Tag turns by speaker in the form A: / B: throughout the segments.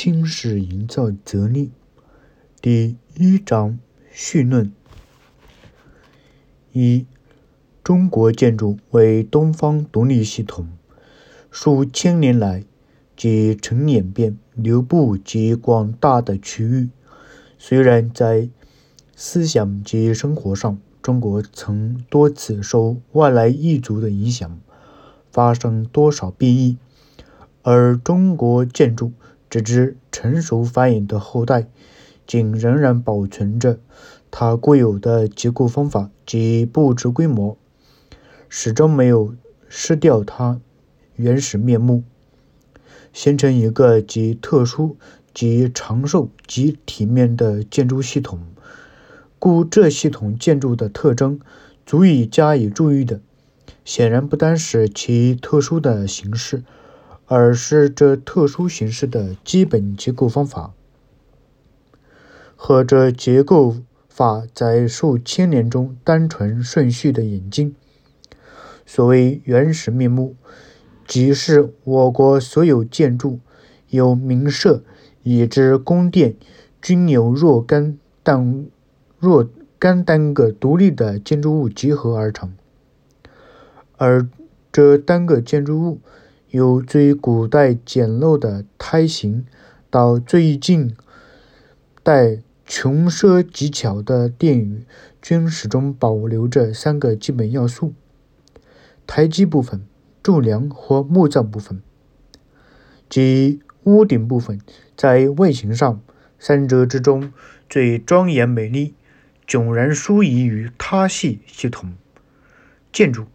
A: 轻视营造则例第1章绪论。一、中国建筑为东方独立系统，数千年来即曾演变、流布及广大的区域。虽然在思想及生活上，中国曾多次受外来异族的影响，发生多少变异，而中国建筑直至成熟繁衍的后代，竟仍然保存着它固有的结构方法及布置规模，始终没有失掉它原始面目，形成一个既特殊、既长寿、既体面的建筑系统。故这系统建筑的特征足以加以注意的，显然不单是其特殊的形式，而是这特殊形式的基本结构方法和这结构法在数千年中单纯顺序的演进。所谓原始面目，即是我国所有建筑由民舍以至宫殿均由若干单个独立的建筑物集合而成，而这单个建筑物由最古代简陋的胎形到最近代穷奢极巧的殿宇，均始终保留着3个基本要素：台基部分、柱梁或木造部分及屋顶部分。在外形上，三者之中最庄严美丽，迥然殊异于他系系统建筑。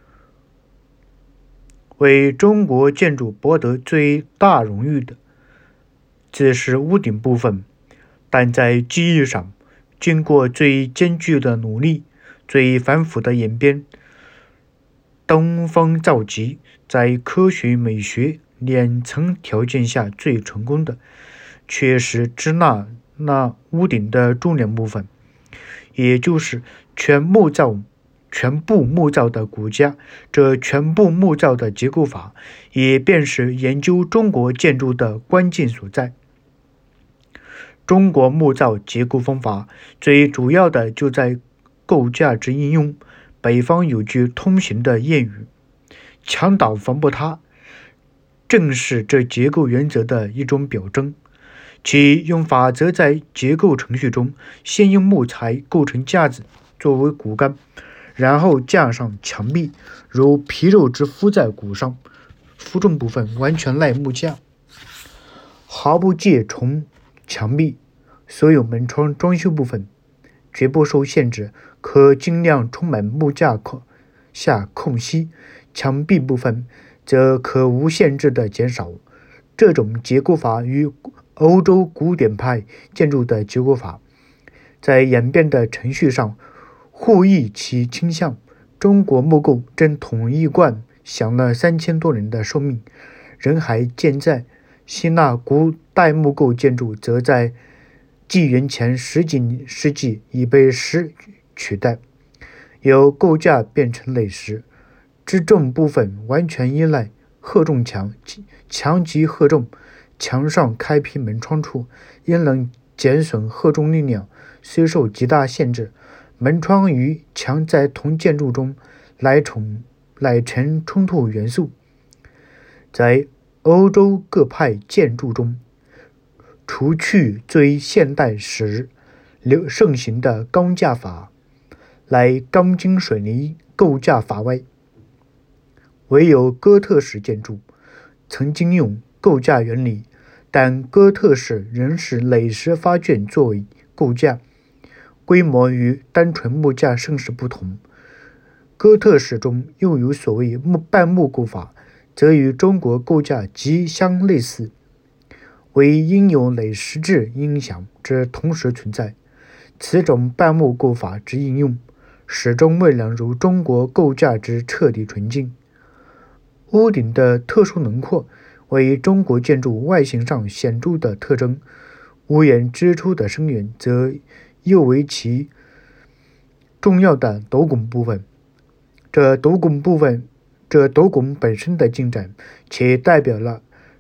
A: 为中国建筑博得最大荣誉的，自是屋顶部分，但在技艺上，经过最艰巨的努力、最繁复的演变，东方造极，在科学美学2层条件下最成功的，却是支那屋顶的柱梁部分，也就是全部木造的骨架。这全部木造的结构法，也便是研究中国建筑的关键所在。中国木造结构方法最主要的就在构架之应用。北方有句通行的谚语：墙倒防不塌，正是这结构原则的一种表征。其用法则在结构程序中，先用木材构成架子作为骨干，然后架上墙壁，如皮肉之敷在骨上，负重部分完全赖木架，毫不借重墙壁。所有门窗装修部分绝不受限制，可尽量充满木架下空隙，墙壁部分则可无限制的减少。这种结构法与欧洲古典派建筑的结构法在演变的程序上互异其倾向。中国木构正统一贯享了3000多年的寿命，仍还健在。希腊古代木构建筑则在纪元前10几世纪已被石取代，由构架变成垒石，支重部分完全依赖荷重墙，墙及荷重，墙上开辟门窗处，因能减损荷重力量，虽受极大限制。门窗与墙在同建筑中乃成冲突元素。在欧洲各派建筑中，除去最现代时盛行的钢架法乃钢筋水泥构架法外，唯有哥特式建筑曾经用构架原理，但哥特式仍是垒石发卷作为构架，规模与单纯木架甚是不同。哥特式中又有所谓半木构法，则与中国构架极相类似，为因有垒石制影响之同时存在。此种半木构法之应用，始终未能如中国构架之彻底纯净。屋顶的特殊轮廓为中国建筑外形上显著的特征，屋檐支出的深远则又为其重要的斗拱部分。这斗拱本身的进展，且代表了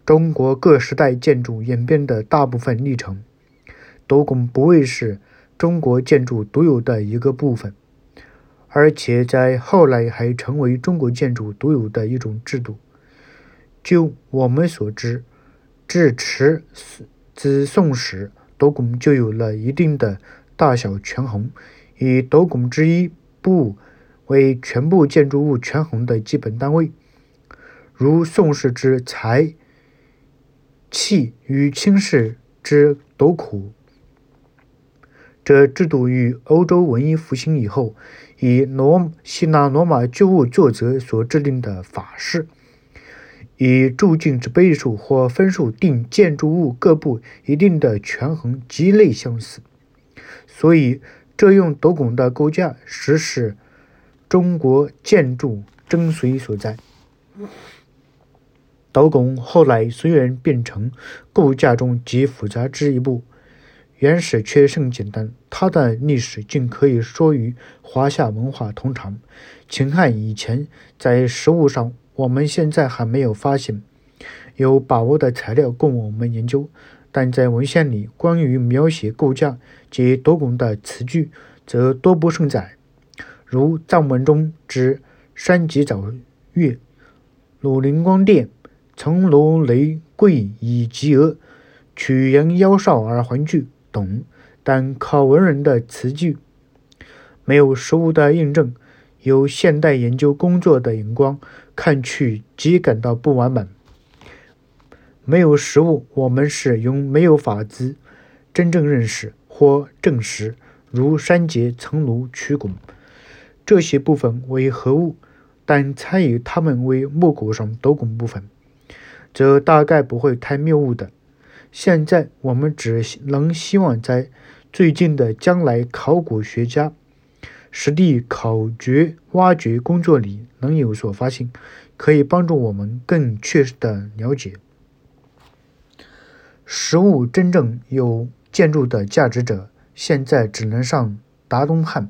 A: 中国各时代建筑演变的大部分历程。斗拱不为是中国建筑独有的一个部分，而且在后来还成为中国建筑独有的一种制度。就我们所知，自宋时，斗拱就有了一定的大小权衡，以斗拱之一部为全部建筑物权衡的基本单位。如宋氏之财器与清氏之斗苦。这制度于欧洲文艺复兴以后，以希腊罗马旧物作则所制定的法式，以柱径之倍数或分数定建筑物各部一定的权衡极类相似，所以这用斗拱的构架实是中国建筑精髓所在。斗拱后来虽然变成构架中极复杂之一部，原始却甚简单，它的历史竟可以说与华夏文化同长。秦汉以前，在实物上我们现在还没有发现有把握的材料供我们研究，但在文献里关于描写构架及斗拱的词句则多不胜载，如藏文中之山脊早月、鲁灵光殿、层楼雷贵以及额、曲阳腰少而还惧等，但考文人的词句没有实物的印证，由现代研究工作的眼光看去即感到不完满。没有实物，我们是没有法子真正认识或证实，如山节、层庐、曲拱这些部分为何物，但参以它们为木构上斗拱部分，则大概不会太谬误的。现在我们只能希望在最近的将来考古学家实地挖掘工作里能有所发现，可以帮助我们更确实的了解实物真正有建筑的价值者，现在只能上达东汉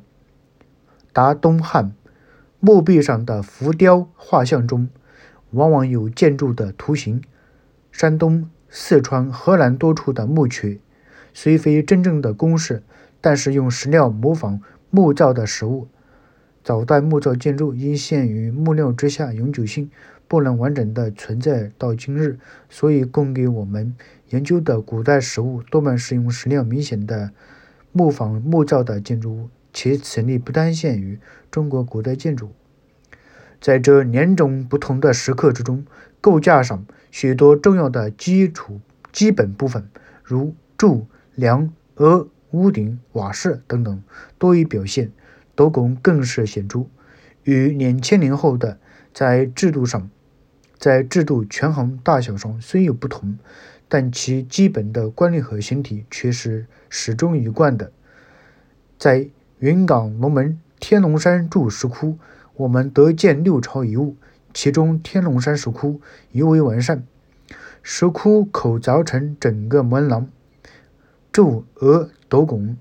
A: 墓壁上的浮雕画像中往往有建筑的图形。山东、四川、河南多处的墓穴虽非真正的公式，但是用石料模仿木造的实物。早代木造建筑因陷于木料之下永久性，不能完整的存在到今日，所以供给我们研究的古代实物多半是用石料明显的模仿木造的建筑物，且此例不单限于中国古代建筑。在这两种不同的时刻之中，构架上许多重要的基本部分，如柱、梁、额、屋顶、瓦室等等，多于表现。斗拱更是显著，与2000年后的在制度权衡大小上虽有不同，但其基本的观念和形体却是始终一贯的。在云冈龙门天龙山筑石窟，我们得见六朝遗物，其中天龙山石窟尤为完善。石窟口凿成整个门廊，柱、额、斗拱、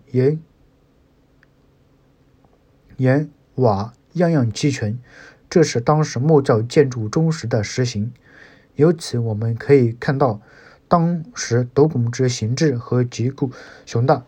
A: 檐、瓦样样齐全，这是当时木造建筑忠实的实行。由此我们可以看到当时斗拱之形制和结构雄大、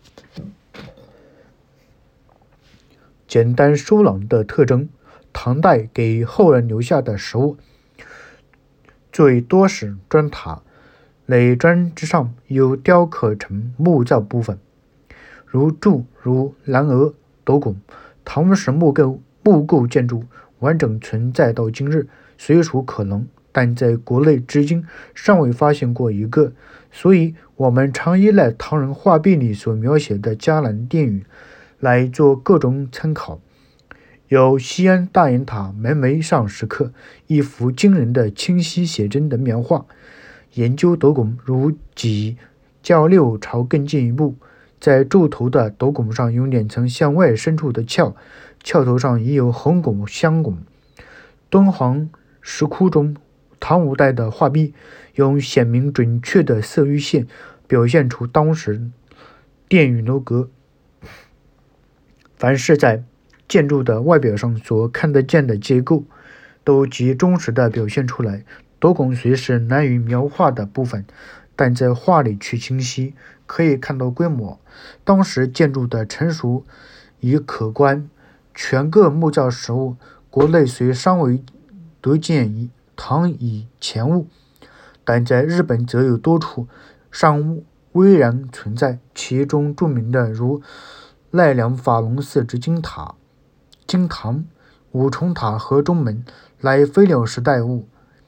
A: 简单疏朗的特征。唐代给后人留下的实物最多是砖塔，垒砖之上有雕刻成木造部分，如柱、如栏额、斗拱。唐时木构建筑完整存在到今日虽属可能，但在国内至今尚未发现过一个，所以我们常依赖唐人画壁里所描写的迦南殿宇来做各种参考。有西安大雁塔门楣上石刻一幅惊人的清晰写真的描画。研究斗拱如己较六朝更进一步，在柱头的斗拱上有2层向外伸出的鞘，鞘头上已有横拱、箱拱。敦煌石窟中唐五代的画壁用显明准确的色域线表现出当时殿宇楼阁。凡是在建筑的外表上所看得见的结构，都极忠实地表现出来。 斗拱虽是难于描画的部分，但在画里却清晰，可以看到规模。当时建筑的成熟已可观。全个木造实物，国内虽尚未得见唐以前物，但在日本则有多处尚巍然存在，其中著名的如奈良法隆寺之金堂、五重塔和中门，乃飞鸟时代物，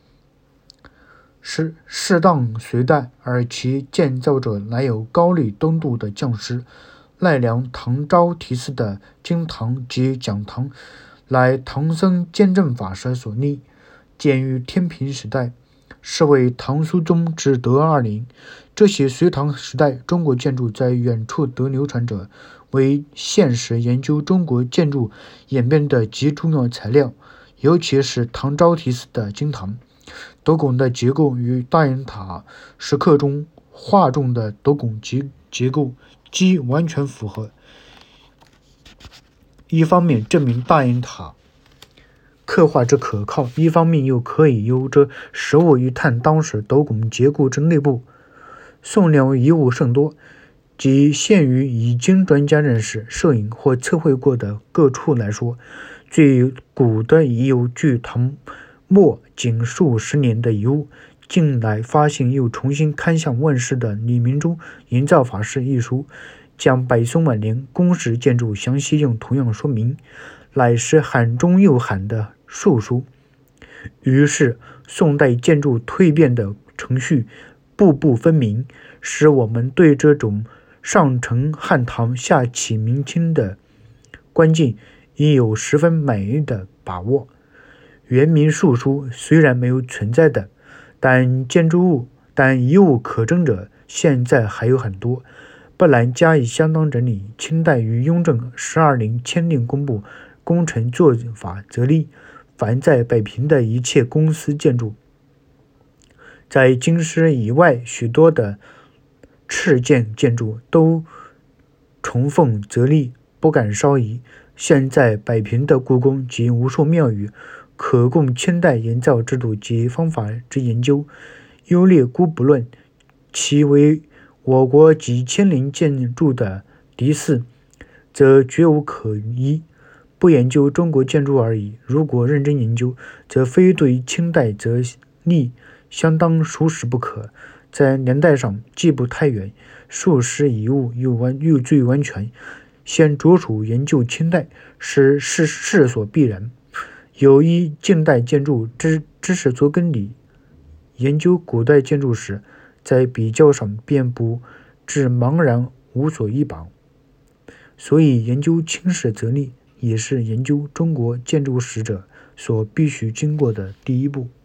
A: 是适当随代，而其建造者乃有高丽东渡的匠师。奈良唐招提寺的金堂及讲堂，乃唐僧鉴证法师所立，建于天平时代，是为唐肃宗之德二年。这些隋唐时代中国建筑在远处得流传者，为现时研究中国建筑演变的极重要材料，尤其是唐招提寺的金堂。斗拱的结构与大雁塔石刻中画中的斗拱结构几完全符合。一方面证明大雁塔刻画之可靠，一方面又可以由这实物一探当时斗拱结构之内部。宋辽遗物甚多，即限于已经专家认识、摄影或测绘过的各处来说，最古的已有距唐末仅数十年的遗物。近来发现又重新刊向问世的李明珠《营造法式》一书，将北宋晚年宫室建筑详细用图样说明，乃是罕中又罕的术书。于是宋代建筑蜕变的程序步步分明，使我们对这种上承汉唐下启明清的关键已有十分满意的把握。原名术书虽然没有存在的，但遗物可证者现在还有很多。不然加以相当整理，清代于雍正12年签令公布工程做法则例，凡在北平的一切公司建筑，在京师以外许多的敕建筑都重奉则例，不敢稍移。现在北平的故宫及无数庙宇，可供清代营造制度及方法之研究。优劣姑不论，其为我国几千年建筑的嫡嗣，则绝无可依。不研究中国建筑而已，如果认真研究，则非对清代则例相当熟识不可。在年代上既不太远，数十遗物又最完全，先着手研究清代是势所必然。有依近代建筑知识做根底，研究古代建筑时，在比较上便不致茫然无所依傍。所以研究清史则例，也是研究中国建筑史者所必须经过的第一步。